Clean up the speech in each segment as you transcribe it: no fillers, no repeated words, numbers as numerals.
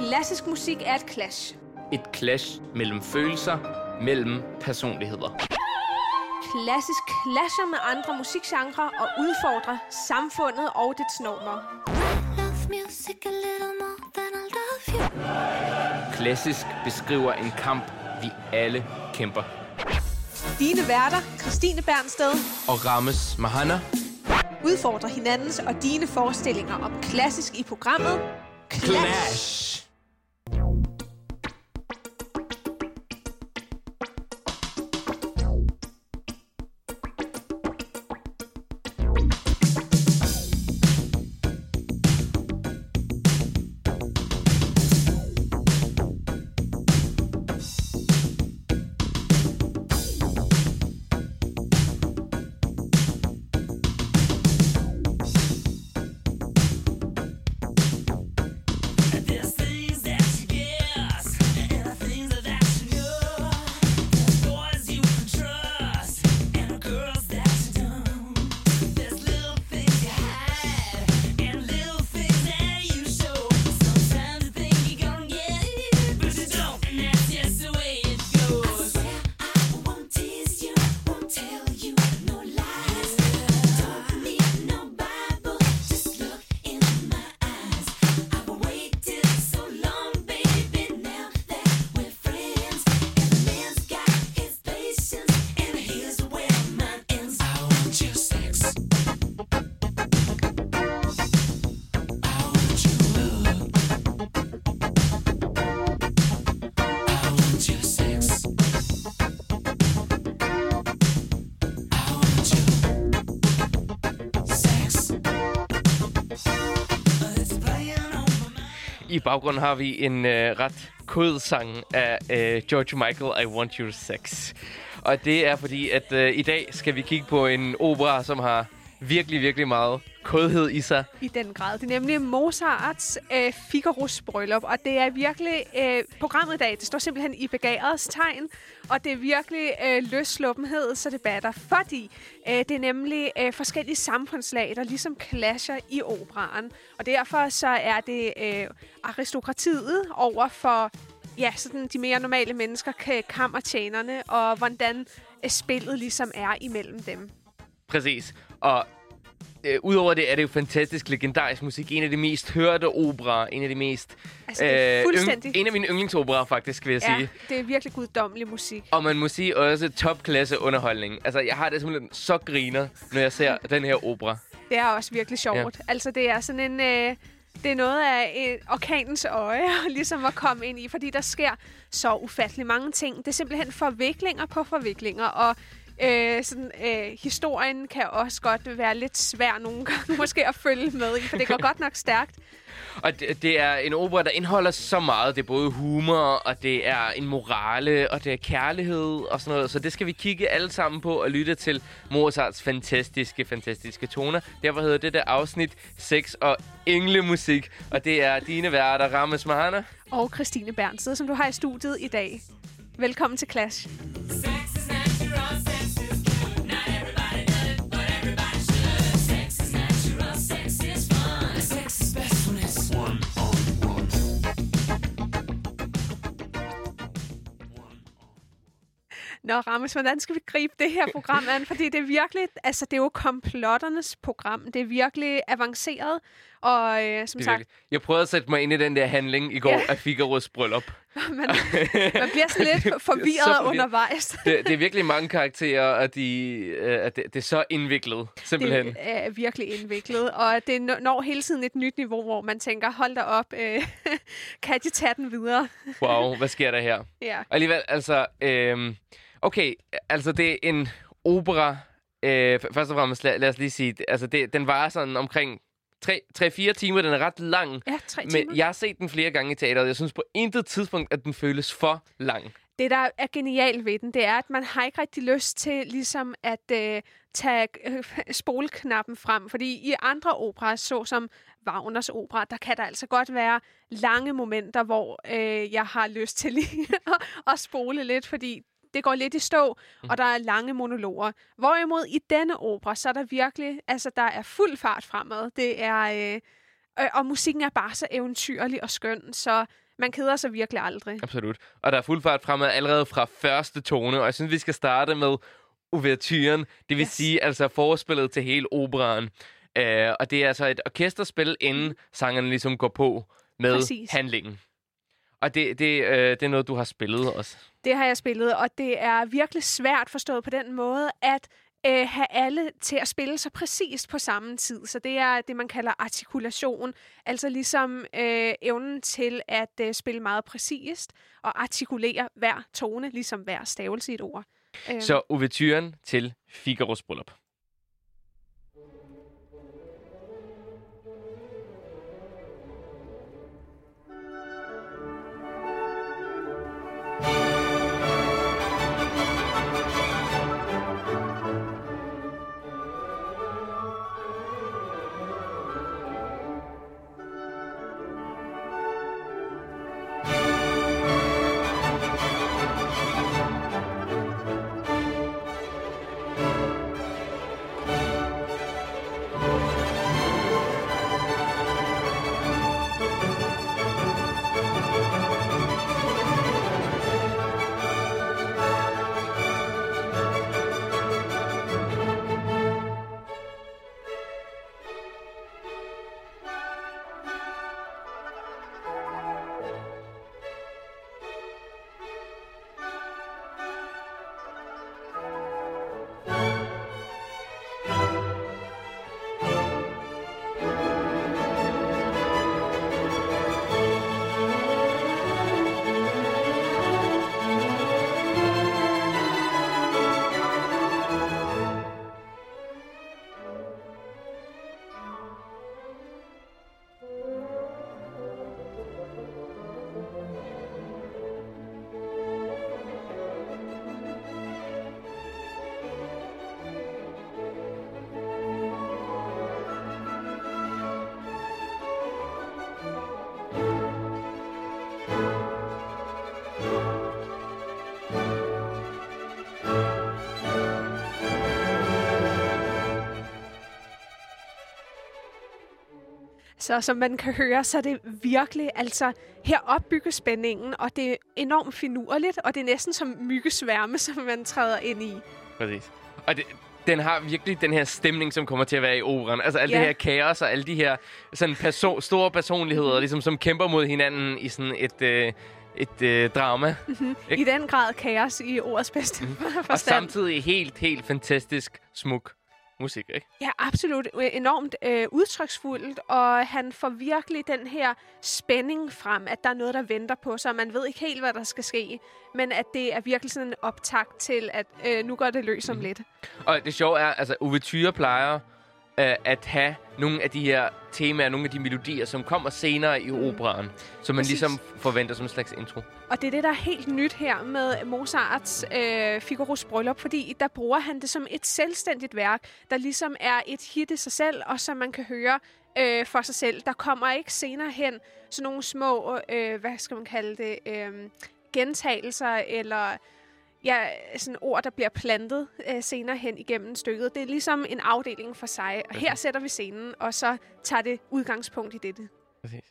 klassisk musik er et clash. Et clash mellem følelser, mellem personligheder. Klassisk clasher med andre musikgenrer og udfordrer samfundet og dets normer. Klassisk beskriver en kamp, vi alle kæmper. Dine værter, Christine Bernsted og Rames Mahana, udfordrer hinandens og dine forestillinger om klassisk i programmet Clash. I baggrunden har vi en ret kodesang af George Michael, I Want Your Sex. Og det er fordi, at i dag skal vi kigge på en opera, som har virkelig, virkelig meget kodhed i sig. I den grad. Det er nemlig Mozarts Figaros bryllup, og det er virkelig programmet i dag. Det står simpelthen i begærets tegn, og det er virkelig løssluppenhed, så det batter, fordi det er nemlig forskellige samfundslag, der ligesom clasher i operaen. Og derfor så er det aristokratiet over for sådan de mere normale mennesker, kammertjenerne, og hvordan spillet ligesom er imellem dem. Præcis. Og udover det er det jo fantastisk legendarisk musik. En af de mest hørte operaer. En af de mest... en af mine yndlingsoperaer, faktisk, vil jeg sige. Det er virkelig guddommelig musik. Og man må sige også topklasse underholdning. Altså, jeg har det simpelthen så griner, når jeg ser den her opera. Det er også virkelig sjovt. Ja. Altså, det er sådan en... Det er noget af orkanens øje, ligesom at komme ind i, fordi der sker så ufattelig mange ting. Det er simpelthen forviklinger på forviklinger, og historien kan også godt være lidt svær nogle gange måske at følge med i, for det går godt nok stærkt. Og det er en opera, der indeholder så meget. Det er både humor, og det er en morale, og det er kærlighed og sådan noget. Så det skal vi kigge alle sammen på og lytte til Mozarts fantastiske toner. Derfor hedder det der afsnit Sex og englemusik. Og det er dine værter, Rames Mahana og Christine Bernsted, som du har i studiet i dag. Velkommen til Clash. Nå, Rames, hvordan skal vi gribe det her program an? Fordi det er virkelig, altså det er jo komplotternes program. Det er virkelig avanceret, og som sagt... Jeg prøvede at sætte mig ind i den der handling i går af Figaros bryllup. Man bliver sådan lidt forvirret undervejs. Det er virkelig mange karakterer, og det er så indviklet, simpelthen. Det er virkelig indviklet, og det når hele tiden et nyt niveau, hvor man tænker, hold da op, kan de tage den videre? Wow, hvad sker der her? Ja. Og alligevel, altså... Okay, altså det er en opera. Først og fremmest, lad os lige sige, altså den varer sådan omkring 3-4 timer. Den er ret lang. Ja, 3 timer. Men jeg har set den flere gange i teateret. Jeg synes på intet tidspunkt, at den føles for lang. Det, der er genialt ved den, det er, at man har ikke rigtig lyst til ligesom at tage spoleknappen frem. Fordi i andre operer, såsom Wagners opera, der kan der altså godt være lange momenter, hvor jeg har lyst til lige at spole lidt, fordi det går lidt i stå, og der er lange monologer. Hvorimod i denne opera, så er der virkelig, altså der er fuld fart fremad. Det er, og musikken er bare så eventyrlig og skøn, så man keder sig virkelig aldrig. Absolut. Og der er fuld fart fremad allerede fra første tone, og jeg synes, vi skal starte med ouverturen. Det vil sige altså forspillet til hele operaen. Og det er altså et orkesterspil, inden sangerne ligesom går på med handlingen. Og det er noget, du har spillet også. Det har jeg spillet, og det er virkelig svært forstået på den måde, at have alle til at spille så præcist på samme tid. Så det er det, man kalder artikulation. Altså ligesom evnen til at spille meget præcist og artikulere hver tone, ligesom hver stavelse i et ord. Så ouverturen til Figaros bryllup. Så som man kan høre, så er det virkelig, altså her opbygges spændingen, og det er enormt finurligt, og det er næsten som myggesværme, som man træder ind i. Præcis. Og den har virkelig den her stemning, som kommer til at være i operan. Altså alt det her kaos og alle de her sådan store personligheder, ligesom, som kæmper mod hinanden i sådan et drama. Mm-hmm. I den grad kaos i ordets bedste forstand. Og samtidig helt fantastisk smuk musik, ikke? Ja, absolut. Enormt udtryksfuldt, og han får virkelig den her spænding frem, at der er noget, der venter på sig, man ved ikke helt, hvad der skal ske, men at det er virkelig sådan en optakt til, at nu går det løs om lidt. Og det sjove er, altså ouverture plejer at have nogle af de her temaer, nogle af de melodier, som kommer senere i operaen, som man ligesom forventer som en slags intro. Og det er det, der er helt nyt her med Mozarts Figaros bryllup, fordi der bruger han det som et selvstændigt værk, der ligesom er et hit i sig selv, og som man kan høre for sig selv. Der kommer ikke senere hen sådan nogle små, hvad skal man kalde det, gentagelser, eller ja, sådan ord, der bliver plantet senere hen igennem stykket. Det er ligesom en afdeling for sig. Og her sætter vi scenen, og så tager det udgangspunkt i dette. Præcis.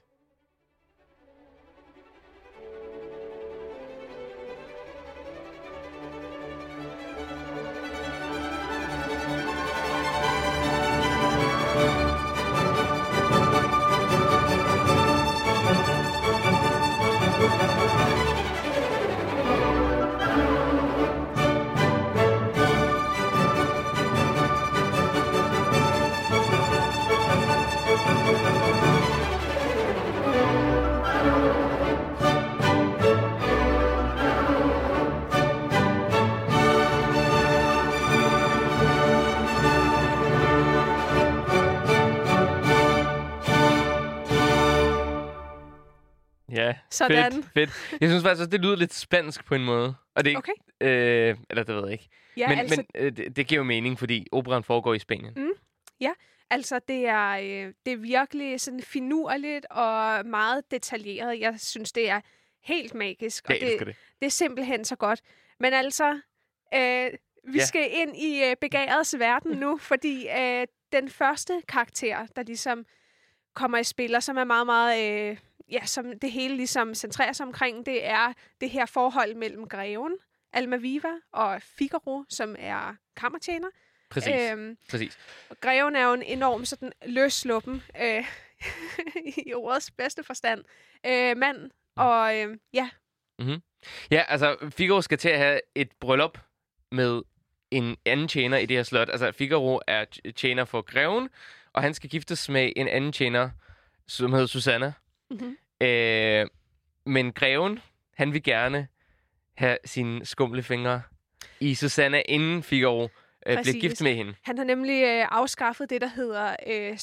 Ja, sådan. Fedt. Jeg synes faktisk også, det lyder lidt spansk på en måde. Og det er ikke, eller det ved jeg ikke. Ja, men altså, men det giver jo mening, fordi operaen foregår i Spanien. Ja, altså det er virkelig sådan finurligt og meget detaljeret. Jeg synes, det er helt magisk. Jeg elsker det. Det er simpelthen så godt. Men altså, vi skal ind i begærets verden nu, fordi den første karakter, der ligesom kommer i spil, og som er meget, meget som det hele ligesom centrerer sig omkring, det er det her forhold mellem greven, Almaviva, og Figaro, som er kammertjener. Præcis. Greven er jo en enorm sådan løsluppen, i ordets bedste forstand, mand. Og Mm-hmm. Ja, altså Figaro skal til at have et bryllup med en anden tjener i det her slot. Altså Figaro er tjener for greven, og han skal giftes med en anden tjener, som hedder Susanna. Mm-hmm. Men greven, han vil gerne have sine skumle fingre i Susanna, inden Figaro bliver gift med hende. Han har nemlig afskaffet det, der hedder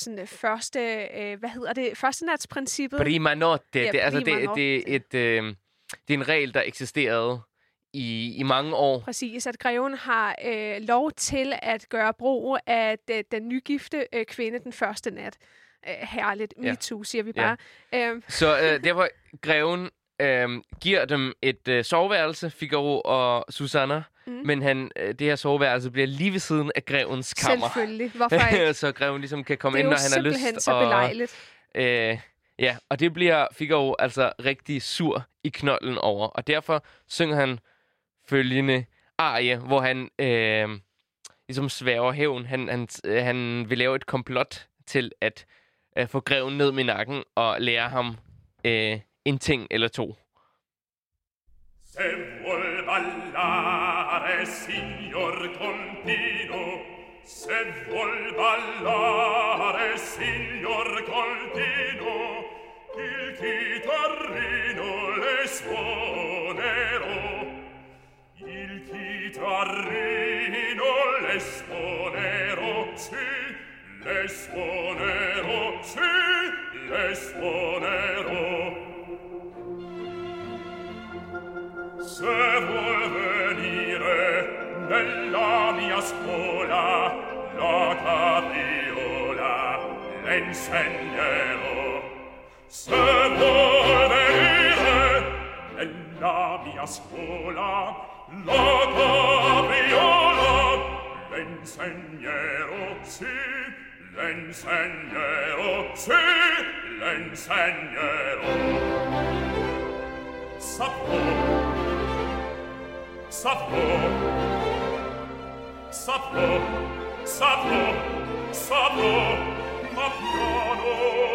førstenatsprincippet. Prima notte. Ja, det er en regel, der eksisterede i mange år. Præcis, at greven har lov til at gøre brug af den nygifte kvinde den første nat. Herligt. Me too, siger vi bare. Ja. Så derfor greven giver dem et soveværelse, Figaro og Susanna, men det her soveværelse bliver lige ved siden af grevens kammer. Selvfølgelig. Hvorfor ikke? Så greven ligesom kan komme ind, når han har lyst. Det er jo simpelthen så belejligt. Og det bliver Figaro altså rigtig sur i knolden over. Og derfor synger han følgende arie, hvor han ligesom sværger hævn. Han vil lave et komplot til at få greven ned med nakken og lære ham en ting eller to. Se vuol ballare, signor Colpino, se vuol ballare, signor Colpino, il chitarrino le suonerò, il chitarrino le suonerò, sì, le suonerò, sì, le suonerò. Se vuol venire nella mia scuola la capriola le insegnerò. Se vuol venire nella mia scuola la capriola le insegnerò, sì, le insegnerò, sì, le insegnerò. Saprò, ma piano.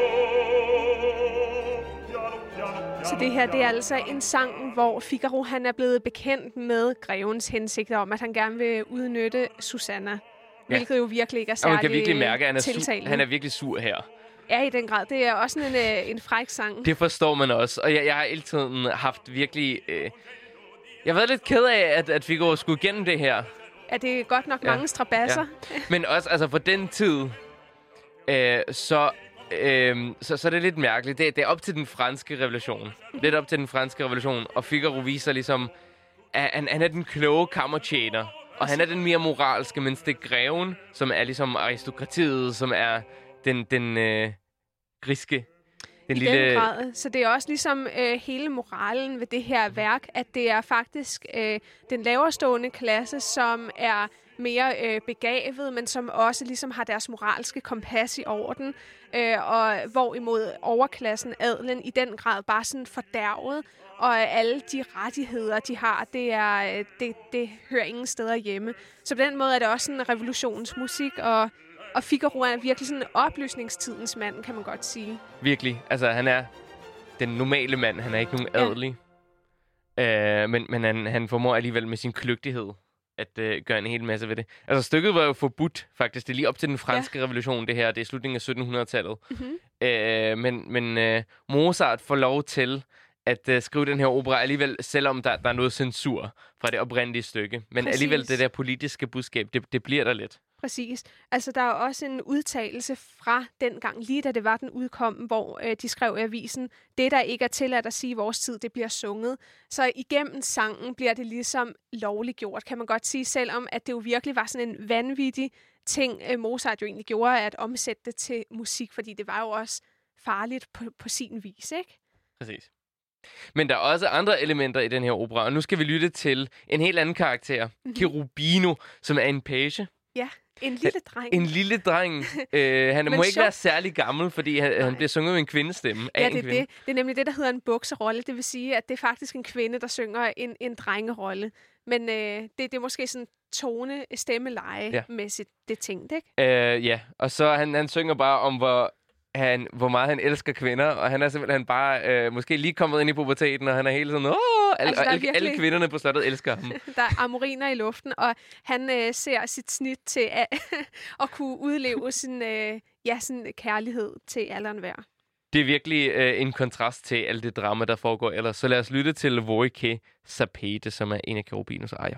Så det her, det er altså en sang, hvor Figaro han er blevet bekendt med grevens hensigter om, at han gerne vil udnytte Susanna. Hvilket jo virkelig ikke er særlig tiltalende. Man kan virkelig mærke, at han er virkelig sur her. Ja, i den grad. Det er også en fræk sang. Det forstår man også. Og jeg har hele tiden haft virkelig... Jeg har været lidt ked af, at Figaro skulle igennem det her. Ja, det er godt nok mange strabasser. Ja. Men også altså på den tid, så er det lidt mærkeligt. Det er op til den franske revolution. Lidt op til den franske revolution. Og Figaro viser ligesom, at han er den kloge kammertjener. Og han er den mere moralske, mens det er greven, som er ligesom aristokratiet, som er den griske. I den grad. Så det er også ligesom hele moralen ved det her værk, at det er faktisk den laverstående klasse, som er mere begavet, men som også ligesom har deres moralske kompas i orden, og hvorimod overklassen, adelen, i den grad bare sådan fordærvet, og alle de rettigheder, de har, det hører ingen steder hjemme. Så på den måde er det også sådan revolutionsmusik, og Figaro er virkelig sådan en oplysningstidens mand, kan man godt sige. Virkelig. Altså, han er den normale mand. Han er ikke nogen adelig. Men han formår alligevel med sin kløgtighed at gøre en hel masse ved det. Altså, stykket var jo forbudt, faktisk. Det er lige op til den franske revolution, det her. Det er slutningen af 1700-tallet. Mm-hmm. Men Mozart får lov til at skrive den her opera alligevel, selvom der er noget censur fra det oprindelige stykke. Men alligevel det der politiske budskab, det bliver der lidt. Præcis. Altså, der er også en udtalelse fra dengang, lige da det var, den udkom, hvor de skrev i avisen, det, der ikke er tilladt at sige i vores tid, det bliver sunget. Så igennem sangen bliver det ligesom lovligt gjort, kan man godt sige, selvom at det jo virkelig var sådan en vanvittig ting, Mozart jo egentlig gjorde, at omsætte det til musik, fordi det var jo også farligt på sin vis, ikke? Præcis. Men der er også andre elementer i den her opera, og nu skal vi lytte til en helt anden karakter, Cherubino, som er en page. Ja. En lille dreng. En lille dreng. Han må ikke være særlig gammel, fordi han bliver sunget med en kvindestemme af en kvinde. Det er nemlig det, der hedder en bukserolle. Det vil sige, at det er faktisk en kvinde, der synger en drengerolle. Men det er måske sådan tone-stemmeleje-mæssigt, det tænkt, ikke? Ja, og så han synger bare om, hvor meget han elsker kvinder, og han er simpelthen bare måske lige kommet ind i puberteten, og han er hele sådan, alle kvinderne på slottet elsker ham. Der er amoriner i luften, og han ser sit snit til at kunne udleve sin sådan kærlighed til alderen hver. Det er virkelig en kontrast til alt det drama, der foregår ellers. Så lad os lytte til Voi che sapete, som er en af Cherubinos ejer.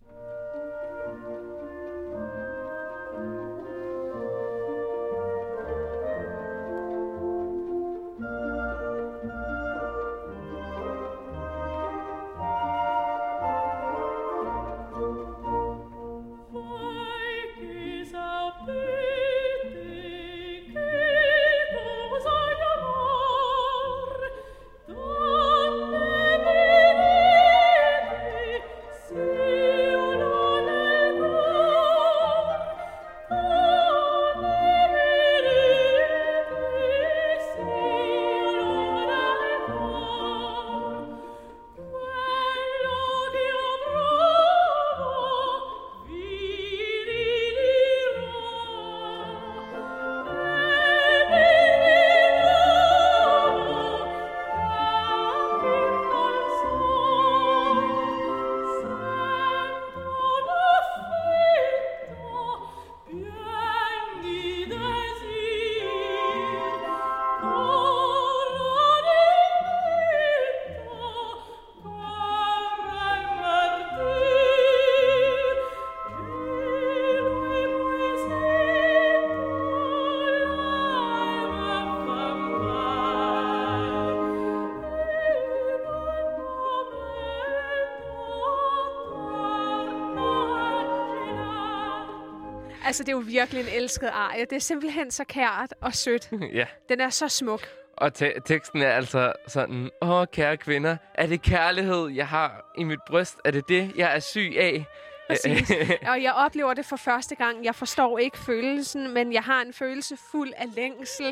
Altså, det er jo virkelig en elsket arie. Det er simpelthen så kært og sødt. Ja. Den er så smuk. Og teksten er altså sådan, kære kvinder, er det kærlighed, jeg har i mit bryst? Er det det, jeg er syg af? Præcis. Og jeg oplever det for første gang. Jeg forstår ikke følelsen, men jeg har en følelse fuld af længsel.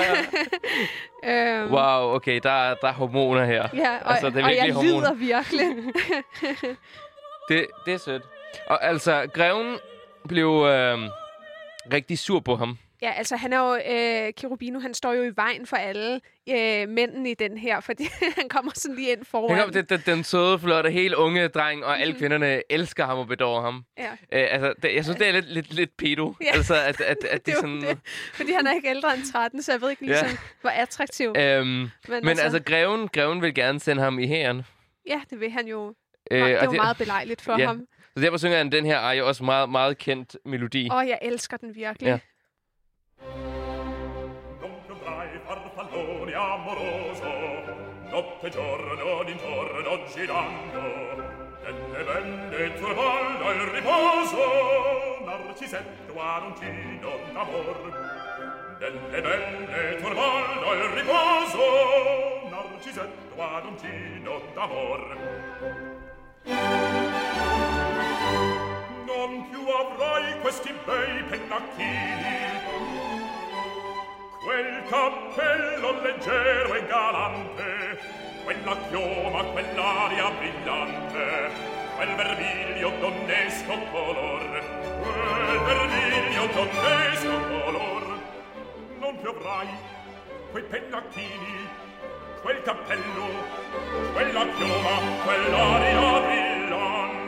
Wow, okay, der er hormoner her. Ja, altså, det er og jeg hormoner. lider virkelig. Det er sødt. Og altså, greven blev rigtig sur på ham. Ja, altså han er jo, Cherubino, han står jo i vejen for alle mændene i den her, fordi han kommer sådan lige ind foran. Den søde, flotte, helt unge dreng, og alle kvinderne elsker ham og bedår ham. Ja. Jeg synes, det er lidt pedo. Ja. Altså, at de sådan... Det. Fordi han er ikke ældre end 13, så jeg ved ikke ligesom, hvor attraktiv. Men altså, greven vil gerne sende ham i hæren. Ja, det vil han jo. Det er jo meget belejligt for ham. Så derfor synger han den her er jo også meget, meget kendt melodi. Jeg elsker den virkelig. Ja. Non potrai farfallone amoroso, notte e giorno d'intorno girando, delle belle tue valda il riposo, Narcisetto aroncino d'amor. Delle belle tue valda il riposo, Narcisetto aroncino d'amor. Non più avrai questi bei pennacchini, quel cappello leggero e galante, quella chioma, quell'aria brillante, quel vermiglio donnesco color, quel vermiglio donnesco color. Non più avrai quei pennacchini, quel cappello, quella chioma, quell'aria brillante.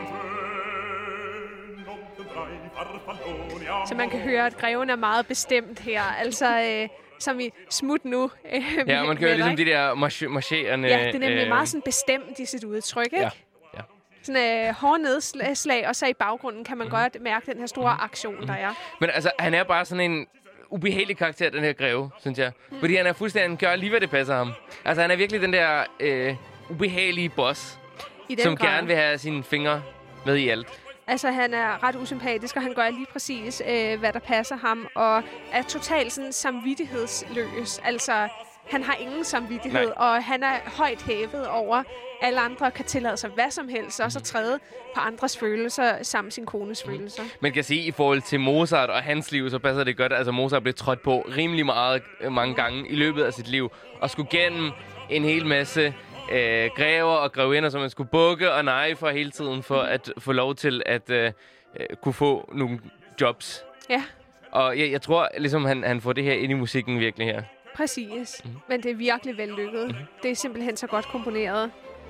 Så man kan høre, at greven er meget bestemt her. Altså, som i smut nu. Ja, man kan høre ligesom de der marcherende... Ja, det er nemlig meget sådan bestemt i sit udtryk, ikke? Ja. Sådan hårde nedslag, og så i baggrunden kan man godt mærke den her store aktion, der er. Men altså, han er bare sådan en ubehagelig karakter, den her greve, synes jeg. Fordi han er fuldstændig, han gør lige, hvad det passer ham. Altså, han er virkelig den der ubehagelige boss, som gerne vil have sine fingre med i alt. Altså, han er ret usympatisk, og han gør lige præcis, hvad der passer ham, og er totalt sådan samvittighedsløs. Altså, han har ingen samvittighed, og han er højt hævet over alle andre, kan tillade sig hvad som helst, og så træde på andres følelser sammen sin kones følelser. Man kan sige, i forhold til Mozart og hans liv, så passer det godt. Altså, Mozart blev trådt på rimelig mange gange i løbet af sit liv, og skulle gennem en hel masse grever og grevinder, som man skulle bukke og neje for hele tiden, for at få lov til at kunne få nogle jobs. Ja. Og jeg tror, ligesom han får det her ind i musikken virkelig her. Præcis. Men det er virkelig vellykket. Det er simpelthen så godt komponeret.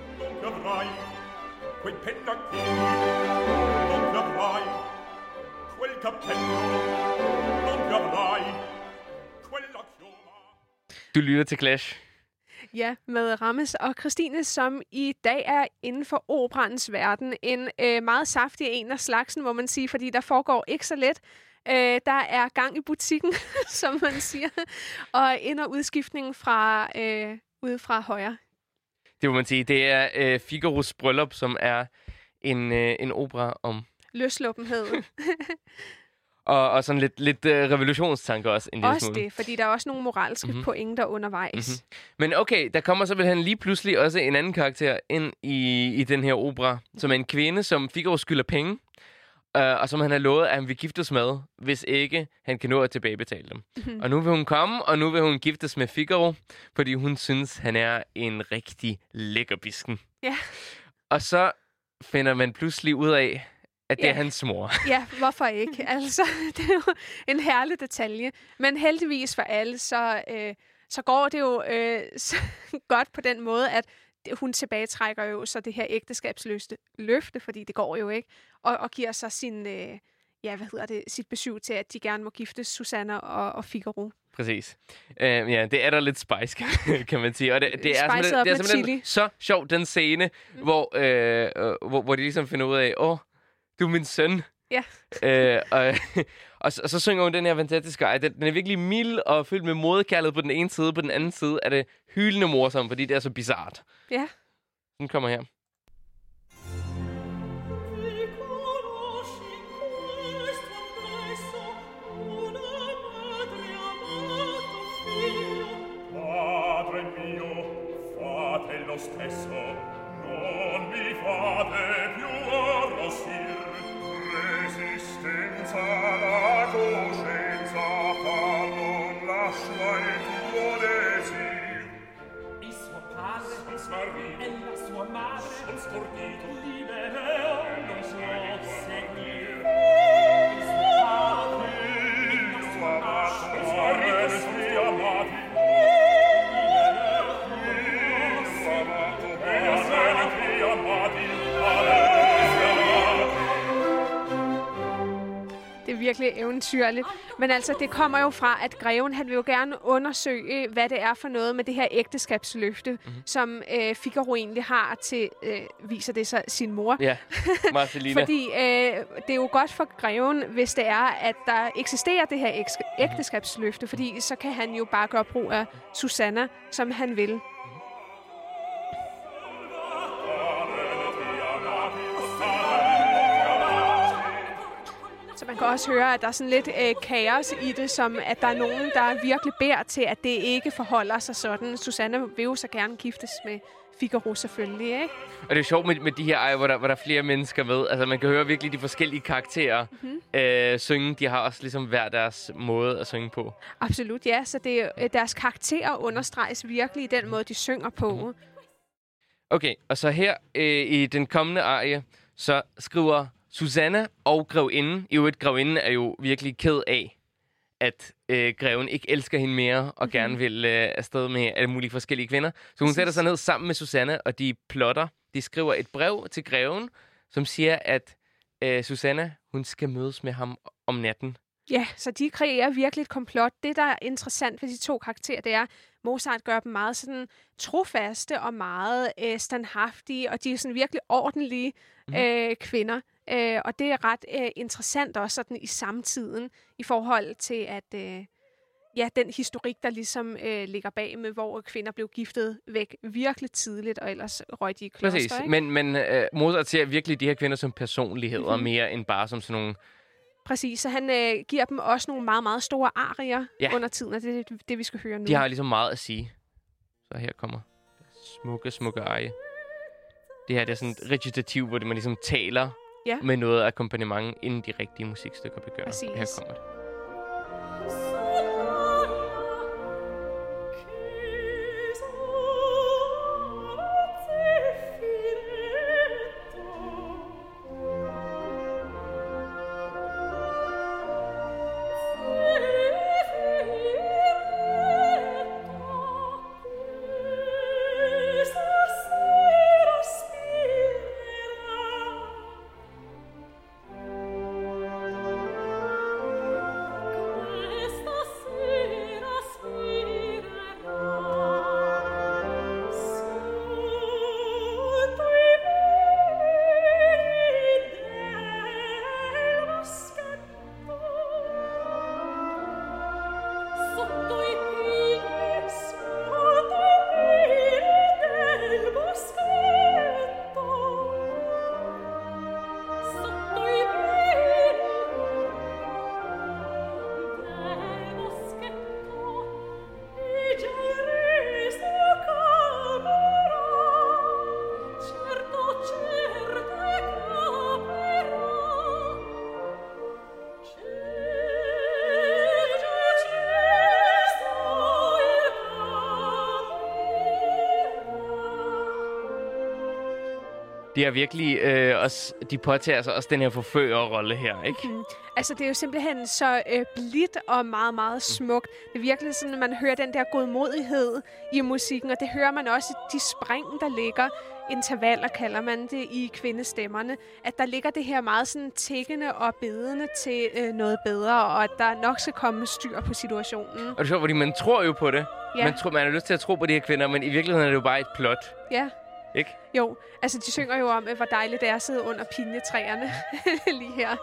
Du lytter til Clash. Ja, med Rammes og Christine, som i dag er inden for operans verden. En meget saftig en af slagsen, må man sige, fordi der foregår ikke så let. Der er gang i butikken, som man siger, og ind- og udskiftningen fra ude fra højre. Det må man sige. Det er Figaros Bryllup, som er en opera om løsluppenhed. og sådan lidt revolutionstanker også. Også det, fordi der er også nogle moralske pointer undervejs. Men okay, der kommer simpelthen lige pludselig også en anden karakter ind i den her opera, som er en kvinde, som Figaro skylder penge, og som han har lovet, at han vil giftes med, hvis ikke han kan nå at tilbagebetale dem. Og nu vil hun komme, og nu vil hun giftes med Figaro, fordi hun synes, han er en rigtig lækkerbisken. Ja. Og så finder man pludselig ud af, at det er hans mor. Ja, hvorfor ikke? Altså, det er jo en herlig detalje. Men heldigvis for alle, så går det jo så godt på den måde, at hun tilbagetrækker jo så det her ægteskabsløfte, fordi det går jo ikke, og giver sig sin, sit besøg til, at de gerne må giftes, Susanna og Figaro. Præcis. Ja, det er der lidt spice, kan man sige. Og det er simpelthen så sjovt, den scene, hvor de ligesom finder ud af, du er min søn. Ja. Og så synger hun den her fantastiske ej. Den er virkelig mild og fyldt med modekærlighed på den ene side. På den anden side er det hyldende morsomt, fordi det er så bizart. Ja. Den kommer her. Padre mio, fate lo stesso, non mi fate più arrossir. Resistenza la coscienza far non lascia il tuo desir. Il suo padre Son smarrito, e la sua madre son stordito, libero non può seguir. Il suo padre e la sua madre son smarriti, amati. Det er virkelig eventyrligt. Men altså, det kommer jo fra, at greven, han vil jo gerne undersøge, hvad det er for noget med det her ægteskabsløfte, som Figaro egentlig har til, viser det sig, sin mor. Ja, Marcelina. Fordi det er jo godt for greven, hvis det er, at der eksisterer det her ægteskabsløfte, fordi så kan han jo bare gøre brug af Susanna, som han vil. Så man kan også høre, at der er sådan lidt kaos i det, som at der er nogen, der virkelig beder til, at det ikke forholder sig sådan. Susanna vil jo så gerne giftes med Figaro selvfølgelig, ikke? Og det er sjovt med de her hvor der er flere mennesker med. Altså, man kan høre virkelig de forskellige karakterer synge. De har også ligesom hver deres måde at synge på. Absolut, ja. Så det er, deres karakterer understreges virkelig i den måde, de synger på. Okay, og så her i den kommende arie, så skriver Susanna og grevinden. I øvrigt, grevinden er jo virkelig ked af, at greven ikke elsker hende mere, og gerne vil afsted med alle mulige forskellige kvinder. Så hun sætter sig ned sammen med Susanna, og de plotter. De skriver et brev til greven, som siger, at Susanna, hun skal mødes med ham om natten. Ja, så de kreerer virkelig et komplot. Det, der er interessant ved de to karakterer, det er, Mozart gør dem meget sådan trofaste og meget standhaftige, og de er sådan virkelig ordentlige kvinder. Og det er ret interessant også sådan i samtiden, i forhold til, at den historik, der ligesom ligger bag med, hvor kvinder blev giftet væk virkelig tidligt, og ellers røg de i kloster. Præcis, ikke? men Mozart ser virkelig de her kvinder som personligheder, mere end bare som sådan nogle... Præcis, så han giver dem også nogle meget, meget store arier under tiden, og det er det, vi skal høre nu. De har ligesom meget at sige. Så her kommer smukke eje. Det her det er sådan et recitativ, hvor man ligesom taler med noget akkompagnement, inden de rigtige musikstykker begynder. Præcis. Her kommer det. Det er virkelig også, de påtager sig også den her forførerrolle her, ikke? Mm. Altså, det er jo simpelthen så blidt og meget, meget smukt. Det er virkelig sådan, at man hører den der godmodighed i musikken, og det hører man også i de spring, der ligger. Intervaller kalder man det i kvindestemmerne. At der ligger det her meget sådan tikkende og bedende til noget bedre, og at der nok skal komme styr på situationen. Og det er sjovt, fordi man tror jo på det. Ja. Man har lyst til at tro på de her kvinder, men i virkeligheden er det jo bare et plot. Ja. Ikke? Jo, altså de synger jo om, hvor dejligt det er at sidde under pinjetræerne lige her.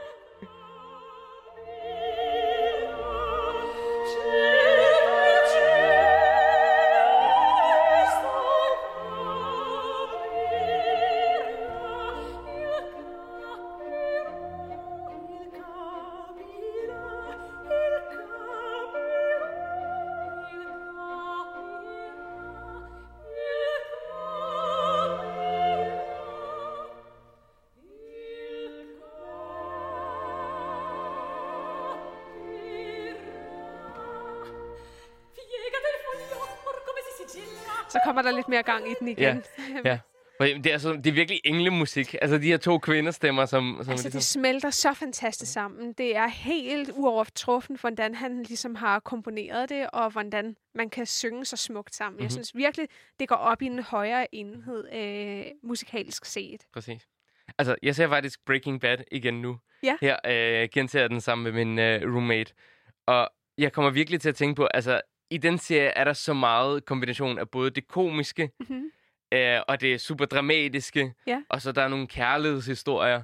Så kommer der lidt mere gang i den igen. Ja. Det er virkelig englemusik. Altså de her to kvindestemmer, som altså ligesom... det smelter så fantastisk sammen. Det er helt uovertruffen, hvordan han ligesom har komponeret det, og hvordan man kan synge så smukt sammen. Jeg synes virkelig, det går op i en højere enhed musikalisk set. Præcis. Altså, jeg ser faktisk Breaking Bad igen nu. Ja. Her gentager jeg den sammen med min roommate. Og jeg kommer virkelig til at tænke på, altså i den serie er der så meget kombination af både det komiske, og det super dramatiske, og så der er nogle kærlighedshistorier,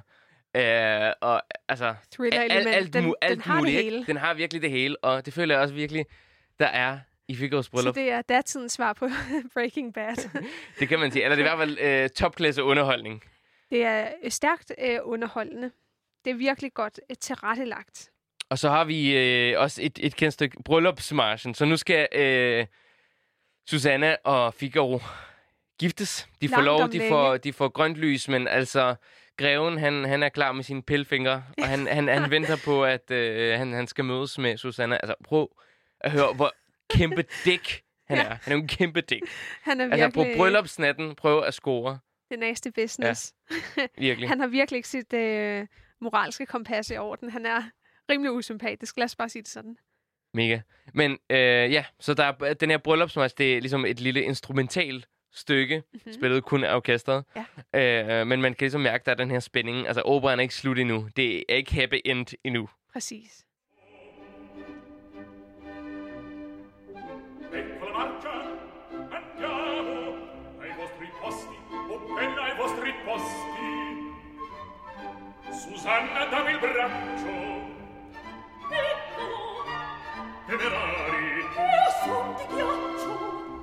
og altså thriller-element. Den har muligt, det hele. Den har virkelig det hele, og det føler jeg også virkelig, der er i Figaros Bryllup. Så det er datidens svar på Breaking Bad. Det kan man sige. Eller det er i hvert fald topklasse underholdning. Det er stærkt underholdende. Det er virkelig godt tilrettelagt. Og så har vi også et kendt stykke, Bryllupsmarchen. Så nu skal Susanna og Figaro giftes. De får lov, de får grønt lys, men altså greven, han er klar med sine pillefingre, og han venter på, at han skal mødes med Susanna. Altså prøv at høre, hvor kæmpe dæk han er. Han er jo en kæmpe dæk. Han er virkelig... Altså på bryllupsnatten, prøv at score. Det næste business. Ja, virkelig. Han har virkelig ikke sit moralske kompas i orden. Han er rimelig usympatisk. Lad os bare sige det sådan. Mega. Men så der er den her bryllupsmarch, det er ligesom et lille instrumental stykke, spillet kun af orkestret. Ja. Men man kan ligesom mærke, der er den her spænding. Altså, operaen er ikke slut endnu. Det er ikke happy end endnu. Præcis. Ecco la marcia, andiamo ai vostri posti, o ben ai vostri posti. Susanna, dammi il braccio. Temerari. Io son di ghiaccio.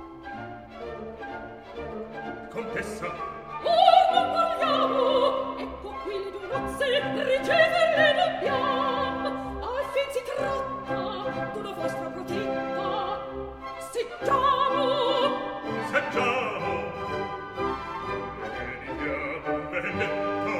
Contessa. Oh, non parliamo. Ecco qui le due nozze, riceverle dobbiamo. Al fin si tratta d'una vostra protetta. Sentiamo. passeggiamo evitiamo vendetta.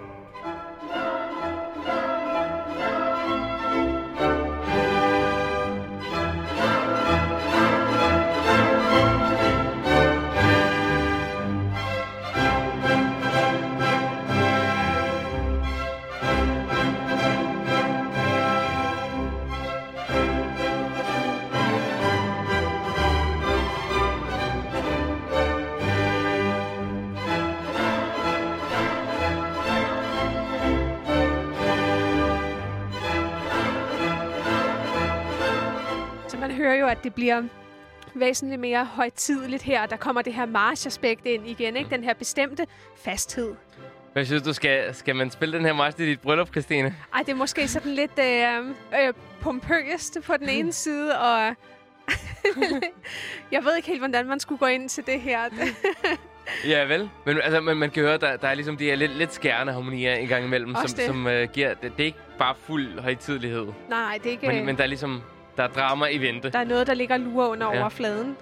Man hører jo, at det bliver væsentligt mere højtideligt her. Der kommer det her march-aspekt ind igen, ikke? Den her bestemte fasthed. Hvad synes du, skal man spille den her march i dit bryllup, Christine? Ej, det er måske sådan lidt pompøst på den ene side, og jeg ved ikke helt, hvordan man skulle gå ind til det her. Ja, vel. Men altså, man kan høre, der er ligesom de her lidt skærende harmonier en gang imellem, som giver... Det er ikke bare fuld højtidelighed. Nej, det er ikke... Men der er ligesom... Der er drama i vente. Der er noget, der ligger lurer under overfladen.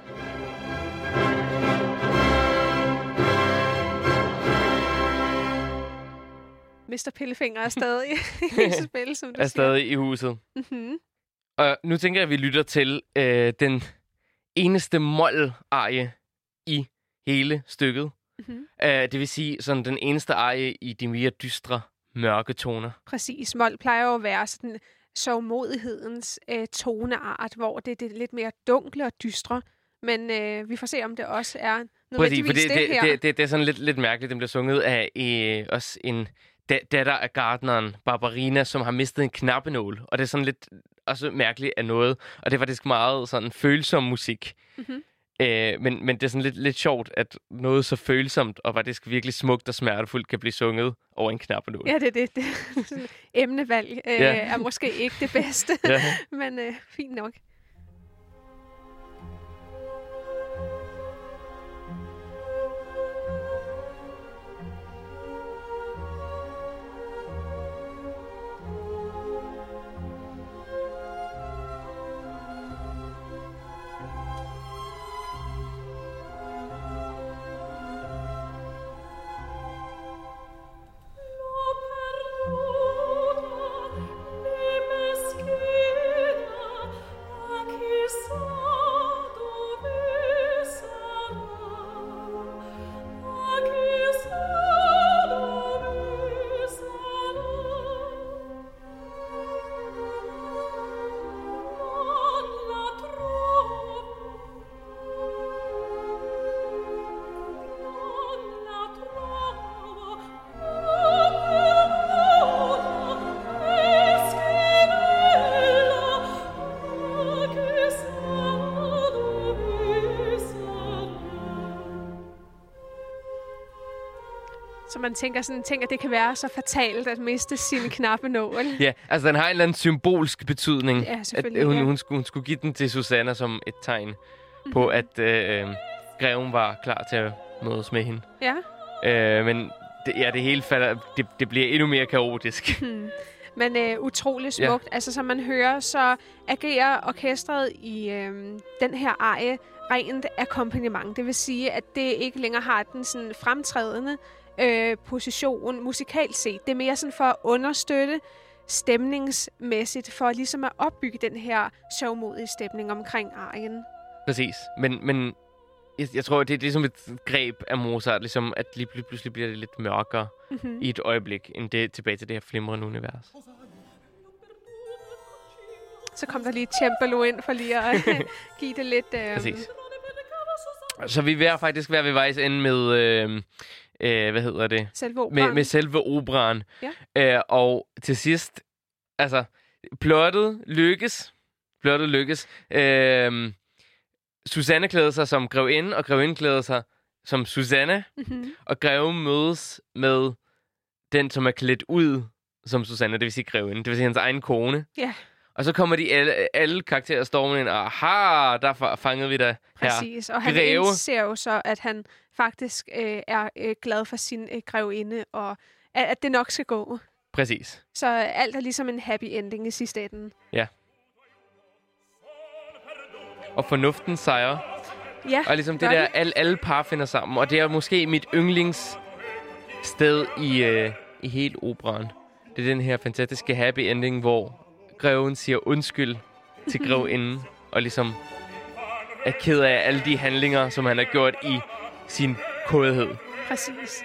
Mr. Pillefinger er stadig i spil, som du siger. Er stadig i huset. Mm-hmm. Og nu tænker jeg, at vi lytter til den eneste mol-arie i hele stykket. Mm-hmm. Det vil sige sådan den eneste arie i de mere dystre, mørke toner. Præcis. Mol plejer jo at være sådan sørgmodighedens toneart, hvor det er lidt mere dunkle og dystre. Men vi får se, om det også er nødvendigvis det her. Det er sådan lidt mærkeligt. Den bliver sunget af også en datter af gartneren, Barbarina, som har mistet en knappenål. Og det er sådan lidt også mærkeligt af noget. Og det er faktisk meget sådan følsom musik. Mm-hmm. Men det er sådan lidt sjovt, at noget så følsomt og faktisk virkelig smukt og smertefuldt kan blive sunget over en knappenål. Ja, det. Emnevalg er måske ikke det bedste, men fint nok. Så man tænker, at det kan være så fatalt at miste sin knappenål. Ja, altså den har en eller anden symbolsk betydning. Ja, selvfølgelig. At hun skulle give den til Susanna som et tegn på, at greven var klar til at mødes med hende. Ja. Men det hele falder, det bliver endnu mere kaotisk. Men utrolig smukt. Ja. Altså, som man hører, så agerer orkestret i den her arie rent akkompagnement. Det vil sige, at det ikke længere har den sådan fremtrædende position musikalt set. Det er mere sådan for at understøtte stemningsmæssigt, for ligesom at opbygge den her sørgmodige stemning omkring arien. Præcis. Men jeg tror, det er ligesom et greb af Mozart, ligesom at lige pludselig bliver det lidt mørkere i et øjeblik, end det tilbage til det her flimrende univers. Så kom der lige et cembalo ind for lige at give det lidt... Præcis. Så vi er faktisk ved vejs ende med... hvad hedder det? Selve operaen. Med selve operaen. Ja. Og til sidst, altså, plottet lykkes. Susanne klæder sig som grevinde, og grevinden klæder sig som Susanne. Mm-hmm. Og greven mødes med den, som er klædt ud som Susanne, det vil sige grevinden. Det vil sige hans egen kone. Ja. Og så kommer de alle karakterer stormen ind, og aha, der fangede vi da her. Præcis, og han indser jo så, at han faktisk er glad for sin grevinde, og at det nok skal gå. Præcis. Så alt er ligesom en happy ending i sidste ende. Ja. Og fornuften sejrer. Ja, Og ligesom det gør der, alle par finder sammen. Og det er måske mit yndlingssted i hele operaen. Det er den her fantastiske happy ending, hvor greven siger undskyld til grevinden. Og ligesom er ked af alle de handlinger, som han har gjort i sin kodhed. Præcis.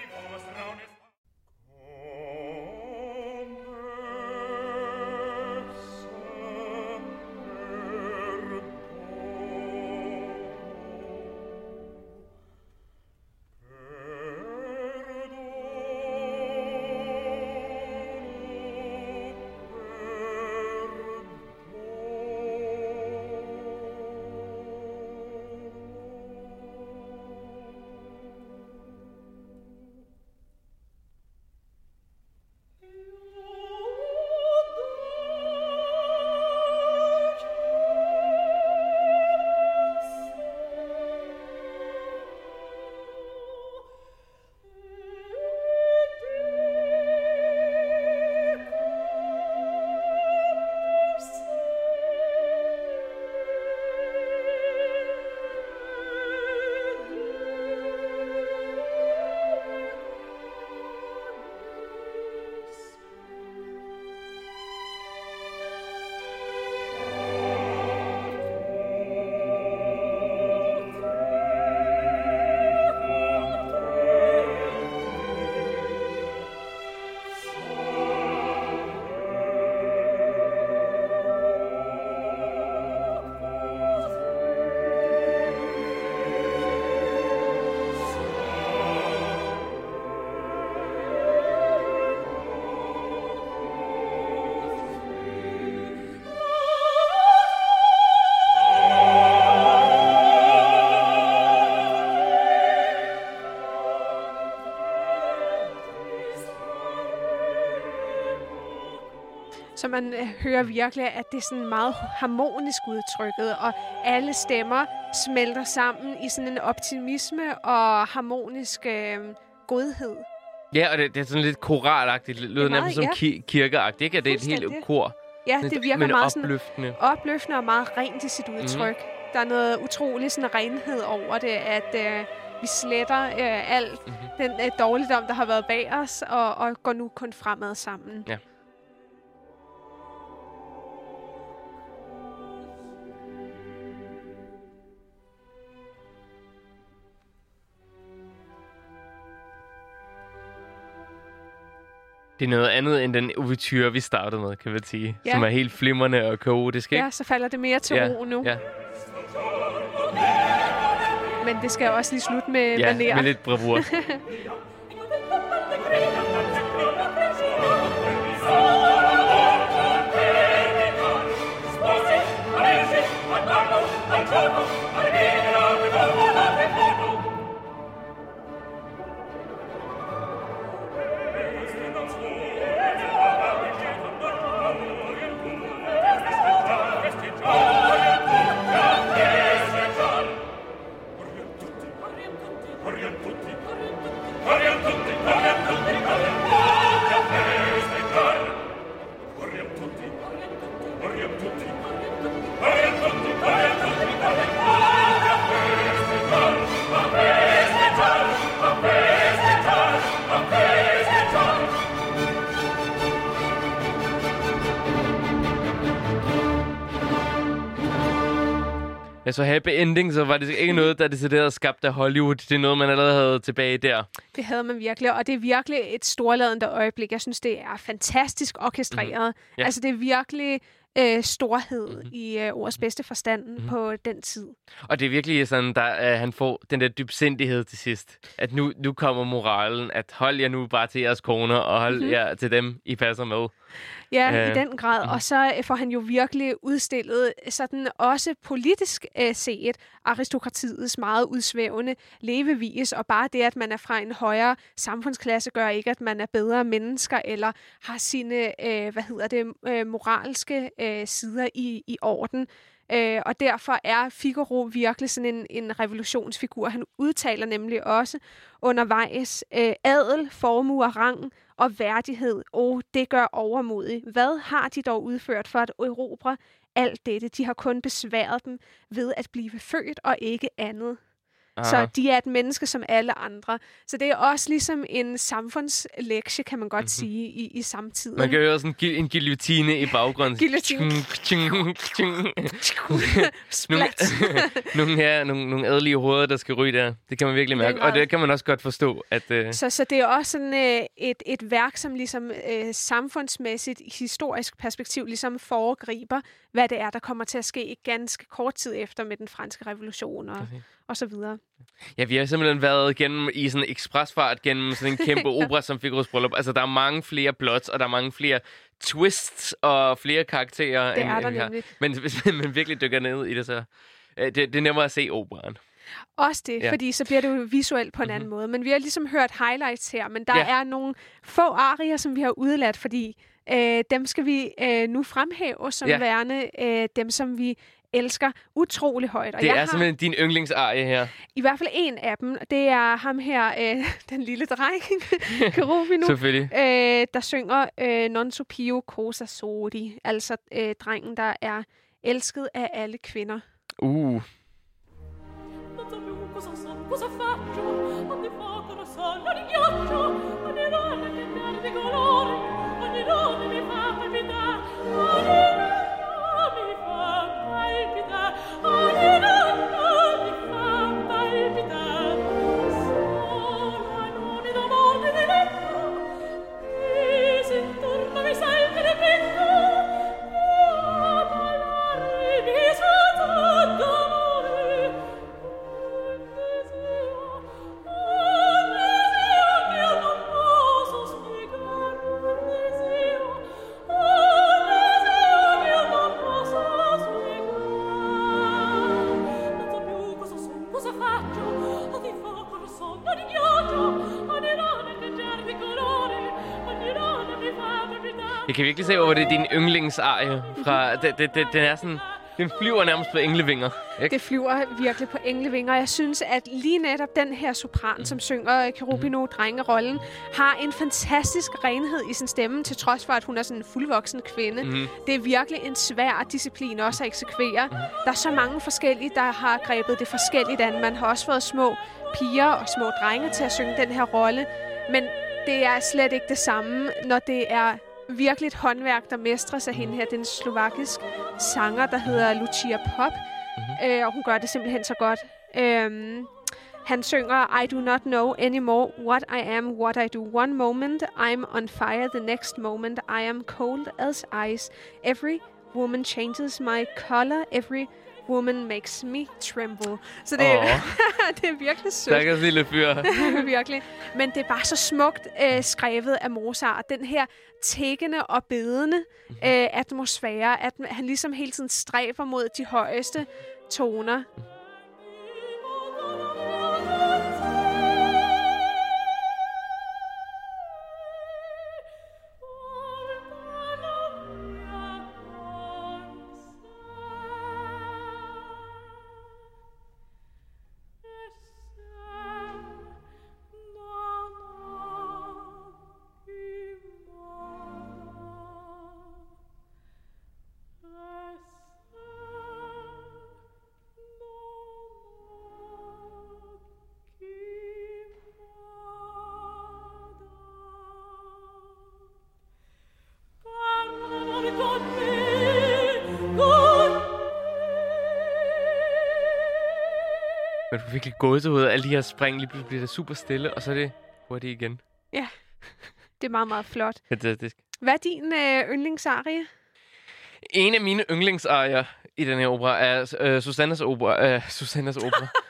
Så man hører virkelig, at det er sådan meget harmonisk udtrykket, og alle stemmer smelter sammen i sådan en optimisme og harmonisk godhed. Ja, og det er sådan lidt koralagtigt. Det lyder nærmest som kirkeagtigt, ikke? At det er et helt kor. Ja, det virker men meget opløftende. Sådan opløftende og meget rent i sit udtryk. Der er noget utrolig sådan renhed over det, at vi sletter alt den dårligdom, der har været bag os, og går nu kun fremad sammen. Ja. Det er noget andet end den ouverture, vi startede med, kan vi sige. Ja. Som er helt flimrende og kaotisk, ikke? Ja, så falder det mere til ro nu. Ja. Men det skal også lige slutte med manér. Ja, med lidt bravur. Ja, så happy ending, så var det ikke noget, der decideret skabte af Hollywood. Det er noget, man allerede havde tilbage der. Det havde man virkelig, og det er virkelig et storladende øjeblik. Jeg synes, det er fantastisk orkestreret. Ja. Altså, det er virkelig storhed i ordets bedste forstand på den tid. Og det er virkelig sådan, at han får den der dybsindighed til sidst. At nu kommer moralen, at hold jer nu bare til jeres koner, og hold jer til dem, I passer med. Ja, i den grad. Og så får han jo virkelig udstillet sådan også politisk set aristokratiets meget udsvævende levevis, og bare det, at man er fra en højere samfundsklasse, gør ikke, at man er bedre mennesker, eller har sine moralske sider i orden. Og derfor er Figaro virkelig sådan en revolutionsfigur. Han udtaler nemlig også undervejs adel, formue, rang og værdighed. Det gør overmodig. Hvad har de dog udført for at erobre alt dette? De har kun besværet dem ved at blive født og ikke andet. Så de er et menneske som alle andre. Så det er også ligesom en samfundslektie, kan man godt sige, i samtiden. Man kan høre sådan en guillotine i baggrunden. Guillotine. Splat. Nogle adelige hoveder, der skal ryge der. Det kan man virkelig mærke. Og det kan man også godt forstå. At, Så det er også sådan et værk, som ligesom samfundsmæssigt, i historisk perspektiv, ligesom foregriber, hvad det er, der kommer til at ske ganske kort tid efter med den franske revolution og så videre. Ja, vi har simpelthen været igennem i sådan en ekspresfart gennem sådan en kæmpe opera som Figaros Bryllup. Altså, der er mange flere plots, og der er mange flere twists og flere karakterer. Det er der nemlig. Men hvis man virkelig dykker ned i det, så det er nemmere at se operaen. Også det, fordi så bliver det jo visuelt på en anden måde. Men vi har ligesom hørt highlights her, men der er nogle få arier, som vi har udeladt, fordi dem skal vi nu fremhæve som værende dem, som vi elsker utrolig højt. Og det er simpelthen din yndlingsarie her. I hvert fald en af dem. Det er ham her, den lille dreng, Cherubino, selvfølgelig, der synger Non so pio cosa sodi. Altså drengen, der er elsket af alle kvinder. Cosa faccio? Ogni fuoco lo sonno di ghiaccio, ogni donna che piange di colore, ogni donna mi fa palpitare, ogni donna mi fa palpitare, ogni donna mi fa palpitare. Sola non è d'amore di letto, e se intorno mi sente le petto, e a parlare mi sento d'amore. Jeg kan virkelig se, hvor det er din yndlingsarie fra. Den er sådan. Den flyver nærmest på englevinger. Ikke? Det flyver virkelig på englevinger. Jeg synes, at lige netop den her sopran, som synger Cherubino drengerollen, har en fantastisk renhed i sin stemme, til trods for, at hun er sådan en fuldvoksen kvinde. Det er virkelig en svær disciplin også at eksekvere. Der er så mange forskellige, der har grebet det forskelligt an. Man har også fået små piger og små drenge til at synge den her rolle. Men det er slet ikke det samme, når det er virkelig et håndværk, der mestres af hende her. Den slovakisk sanger, der hedder Lucia Pop. Og hun gør det simpelthen så godt. Han synger I do not know anymore what I am, what I do. One moment I'm on fire, the next moment I am cold as ice. Every woman changes my color, every woman makes me tremble. Så det, det er virkelig sødt. Stakkels lille fyr. Virkelig. Men det er bare så smukt skrevet af Mozart. Den her tækkende og bedende atmosfære, at han ligesom hele tiden stræber mod de højeste toner. Man får virkelig gåsehud af alle de her spring. Lige pludselig bliver det super stille, og så er det hurtigt igen. Ja, det er meget, meget flot. Fantastisk. Hvad er din yndlingsarie? En af mine yndlingsarier i den her opera er Susannas opera. Susannas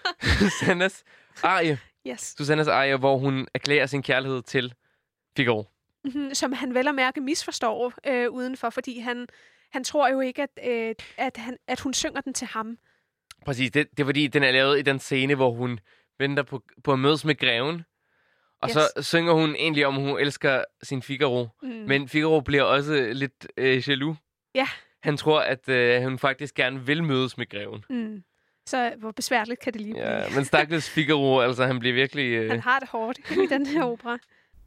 arie. Yes. Susannas arie, hvor hun erklærer sin kærlighed til Figaro. Som han vel og mærke misforstår udenfor, fordi han tror jo ikke, at hun synger den til ham. Præcis, det er fordi, den er lavet i den scene, hvor hun venter på at mødes med greven. Og så synger hun egentlig om, hun elsker sin Figaro. Men Figaro bliver også lidt jaloux. Ja. han tror, at hun faktisk gerne vil mødes med greven. Så hvor besværligt kan det lige blive? Ja, men stakkels Figaro, altså han bliver virkelig... Han har det hårdt i den her opera.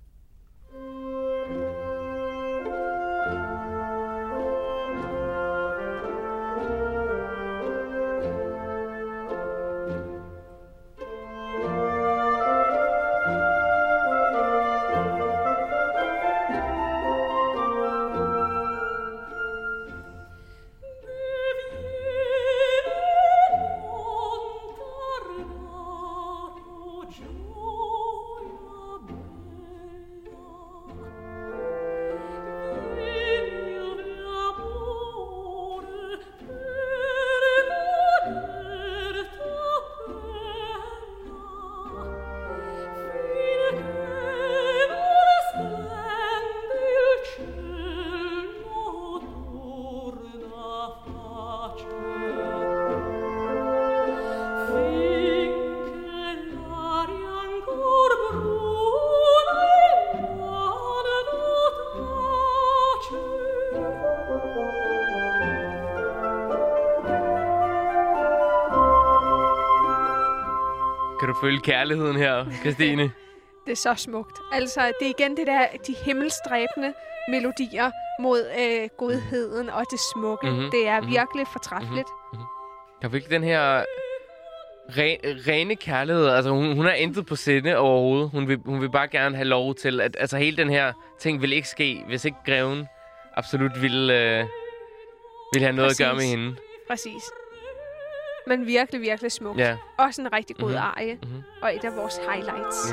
Kan du føle kærligheden her, Christine? Det er så smukt. Altså, det er igen det der, de himmelstræbende melodier mod godheden og det smukke. Det er virkelig fortræffeligt. Der er virkelig den her rene kærlighed. Altså, hun har intet på sinde overhovedet. Hun vil bare gerne have lov til, at altså, hele den her ting vil ikke ske, hvis ikke greven absolut vil have noget at gøre med hende. Præcis. Men virkelig, virkelig smukt. Ja. Også en rigtig god arie. Og et af vores highlights. Ja.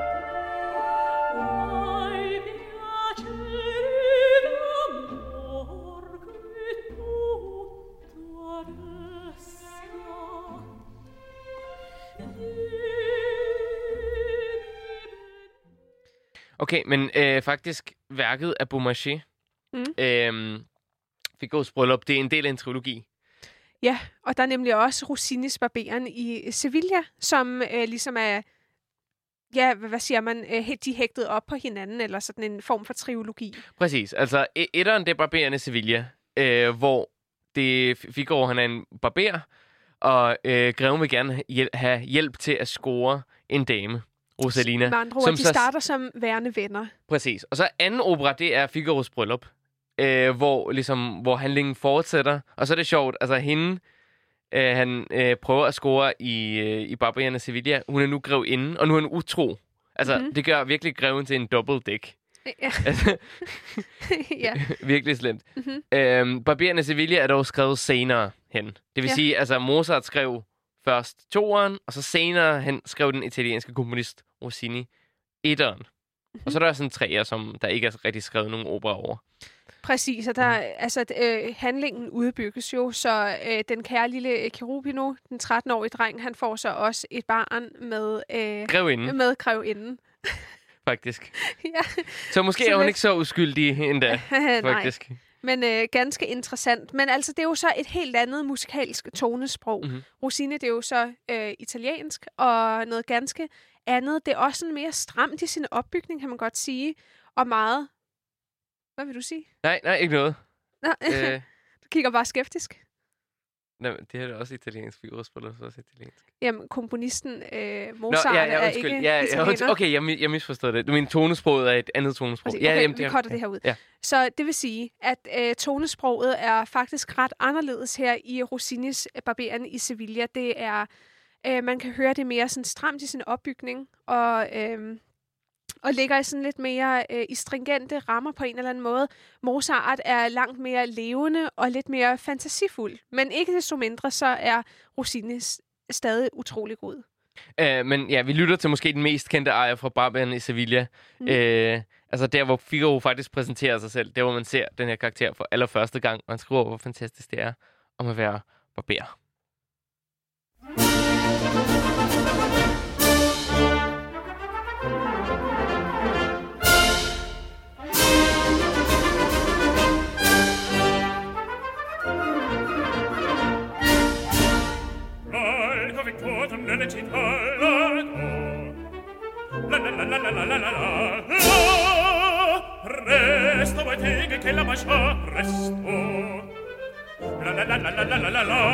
Okay, men faktisk værket af Beaumarchais, Figaros Bryllup, det er en del af en trilogi. Ja, og der er nemlig også Rossinis Barberen i Sevilla, som ligesom er, ja, hvad siger man, de er hægtet op på hinanden, eller sådan en form for trilogi. Præcis, altså etteren, det er Barberen i Sevilla, hvor Figaro, han er en barber, og greven vil gerne have hjælp til at score en dame, Rosalina. Med andre ord, de starter som værende venner. Præcis, og så anden opera, det er Figaros Bryllup. Hvor handlingen fortsætter. Og så er det sjovt, altså hende, han prøver at score i Barberen af Sevilla. Hun er nu grevinde, og nu er hun utro. Altså, det gør virkelig greven til en dobbeltdæk. Ja. Ja. Virkelig slemt. Barberen af Sevilla er dog skrevet senere hen. Det vil sige, altså Mozart skrev først toeren, og så senere hen skrev den italienske komponist Rossini etteren. Og så er der sådan en treer, som der ikke er rigtig skrevet nogen opera over. Præcis, og der, handlingen udbygges jo, så den kære lille Cherubino, den 13-årige dreng, han får så også et barn med grevinden. Faktisk. Ja. Så måske er hun ikke så uskyldig endda, faktisk. Men ganske interessant. Men altså, det er jo så et helt andet musikalsk tonesprog. Rossini, det er jo så italiensk, og noget ganske andet. Det er også sådan mere stramt i sin opbygning, kan man godt sige. Og meget... Hvad vil du sige? Nej, ikke noget. Du kigger bare skeptisk. Nej, det er da også italiensk. Figaros Bryllup er også italiensk. Jamen, komponisten Mozart er ikke italiener. Okay, jeg misforstod det. Min tonesproget er et andet tonesprog. Okay, vi cutter det her ud. Ja. Så det vil sige, at tonesproget er faktisk ret anderledes her i Rossinis Barberen i Sevilla. Det er, man kan høre det mere sådan stramt i sin opbygning, og ligger i sådan lidt mere i stringente rammer på en eller anden måde. Mozart er langt mere levende og lidt mere fantasifuld. Men ikke desto mindre, så er Rossini stadig utrolig god. Men ja, vi lytter til måske den mest kendte arie fra Barberen i Sevilla. Altså der, hvor Figaro faktisk præsenterer sig selv. Der, hvor man ser den her karakter for allerførste gang. Og han skriver, hvor fantastisk det er om at være barber. Resto voi te che la bacia, resto. La la la la la la la la la.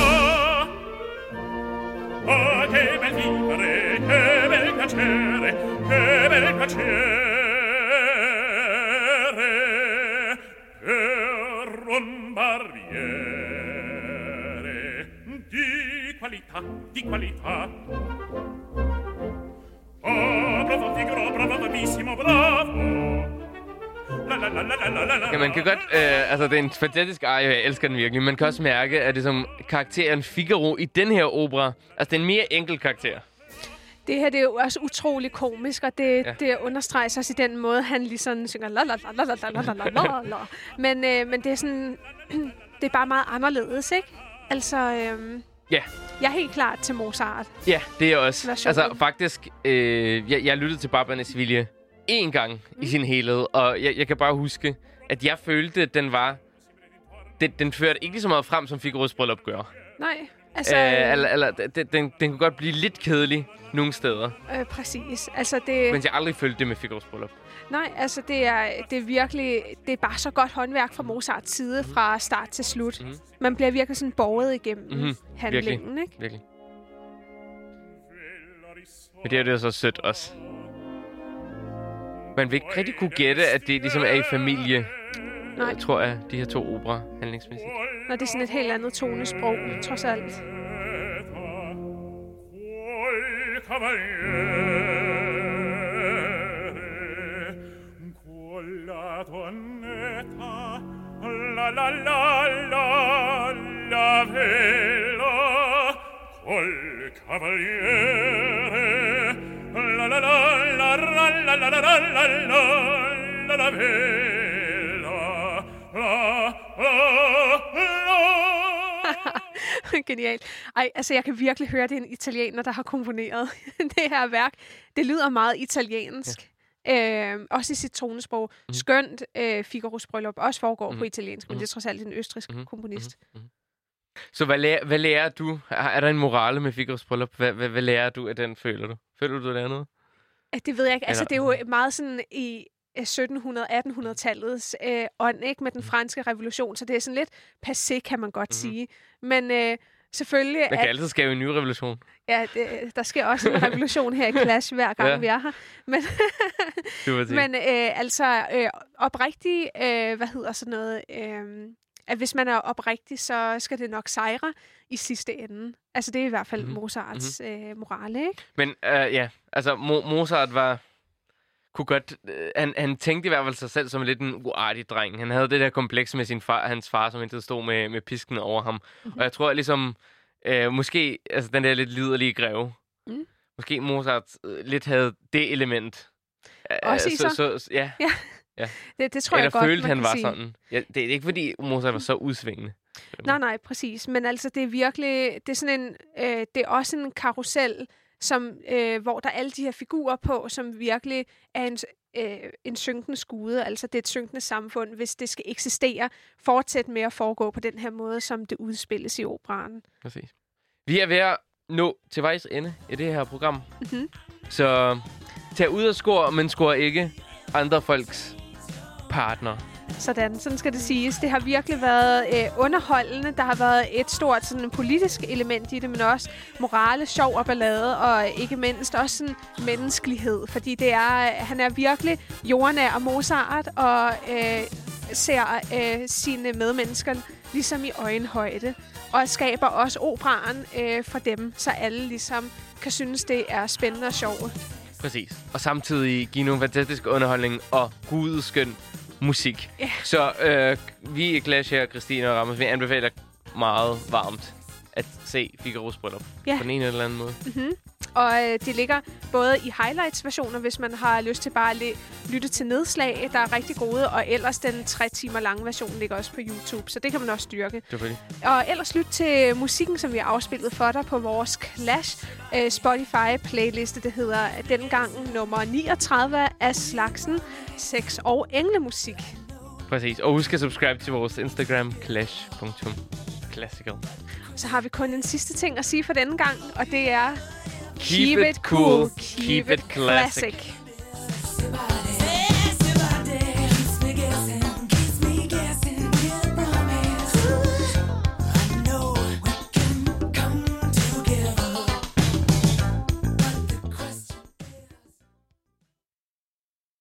Oh, che bel vivere, che bel piacere, che bel piacere per un barriere di qualità, di qualità. Oh, bravo Figaro, bravo, bravissimo, bravo. Ja, man kan godt... altså, det er en fantastisk arie, jeg elsker den virkelig. Man kan også mærke, at det som karakteren Figaro i den her opera... Altså, det er en mere enkel karakter. Det her, det er jo også utrolig komisk, og det understreges også i den måde, han ligesom synger la la la la la la la la la. Men det er sådan... det er bare meget anderledes, ikke? Altså... Ja. Jeg er helt klar til Mozart. Ja, det er også. Versionen. Altså, faktisk... jeg lyttede til Barbara Sevilla én gang i sin helhed, og jeg kan bare huske, at jeg følte, at den var... Den førte ikke lige så meget frem, som Figaros bryllup gør. Nej, altså... Den kunne godt blive lidt kedelig nogle steder. Præcis. Altså, det... Men jeg aldrig følte det med Figaros bryllup. Nej, altså det er virkelig... Det er bare så godt håndværk fra Mozarts side fra start til slut. Mm-hmm. Man bliver virkelig sådan borget igennem handlingen, virkelig. Ikke? Virkelig. Men det er jo så sødt også. Man vil ikke rigtig kunne gætte, at det ligesom er i familie. Nej. Jeg tror, at de her to opera handlingsmæssigt. Når det er sådan et helt andet tonesprog, trods alt. La la la la la vela col cavaliere la la la la la la la la la la vela Genialt. Ej, altså jeg kan virkelig høre, det er en italiener, der har komponeret det her værk. Det lyder meget italiensk. Ja. Også i sit tonesprog. Skønt Figaros bryllup også foregår på italiensk, men det er trods alt en østrigsk komponist. Så hvad lærer du? Er der en morale med Figaros bryllup? Hvad lærer du af den, føler du? Føler du, det er noget? Det ved jeg ikke. Altså, det er jo meget sådan i 1700-1800-tallets ånd, ikke? Med den franske revolution, så det er sådan lidt passé, kan man godt sige. Men selvfølgelig... Der kan altid ske en ny revolution. Ja, der sker også en revolution her i Clash, hver gang vi er her. Men, oprigtigt, at hvis man er oprigtig, så skal det nok sejre i sidste ende. Altså, det er i hvert fald Mozarts morale, ikke? Men altså, Mozart kunne godt... Han tænkte i hvert fald sig selv som lidt en uartig dreng. Han havde det der kompleks med sin far, hans far, som ikke stod med pisken over ham. Og jeg tror ligesom... måske, altså den der lidt liderlige greve. Måske Mozart lidt havde det element. Også i så? Ja. Det tror jeg godt, følte, han var sige. sådan. Ja, det er ikke, fordi Mozart var så udsvingende. Nej, præcis. Men altså, det er virkelig... Det er sådan en... det er også en karusel, som, hvor der er alle de her figurer på, som virkelig er en synkende skude. Altså, det er et synkende samfund, hvis det skal eksistere. Fortsæt med at foregå på den her måde, som det udspilles i operaen. Præcis. Vi er ved at nå til vejs ende i det her program. Så tag ud og score, men score ikke andre folks partner. Sådan skal det siges. Det har virkelig været underholdende. Der har været et stort sådan, politisk element i det, men også morale, sjov og ballade, og ikke mindst også sådan, menneskelighed. Fordi han er virkelig jordnær og Mozart, og ser sine medmennesker ligesom i øjenhøjde. Og skaber også operaen for dem, så alle ligesom kan synes, det er spændende og sjovt. Præcis. Og samtidig give nogle fantastisk underholdning og gudskøn musik. Yeah. Så vi i Clash her, Christine og Ramos, vi anbefaler meget varmt at se Figaros bryllup på den ene eller anden måde. Og det ligger både i highlights-versioner, hvis man har lyst til bare at lytte til nedslag, der er rigtig gode, og ellers den 3 timer lange version ligger også på YouTube, så det kan man også styrke. Og ellers lyt til musikken, som vi har afspillet for dig på vores Clash Spotify-playliste. Det hedder dengang nummer 39 af slagsen sex- og englemusik. Præcis. Og husk at subscribe til vores Instagram, clash.classical. Så har vi kun en sidste ting at sige for denne gang, og det er... Keep it cool, keep it classic.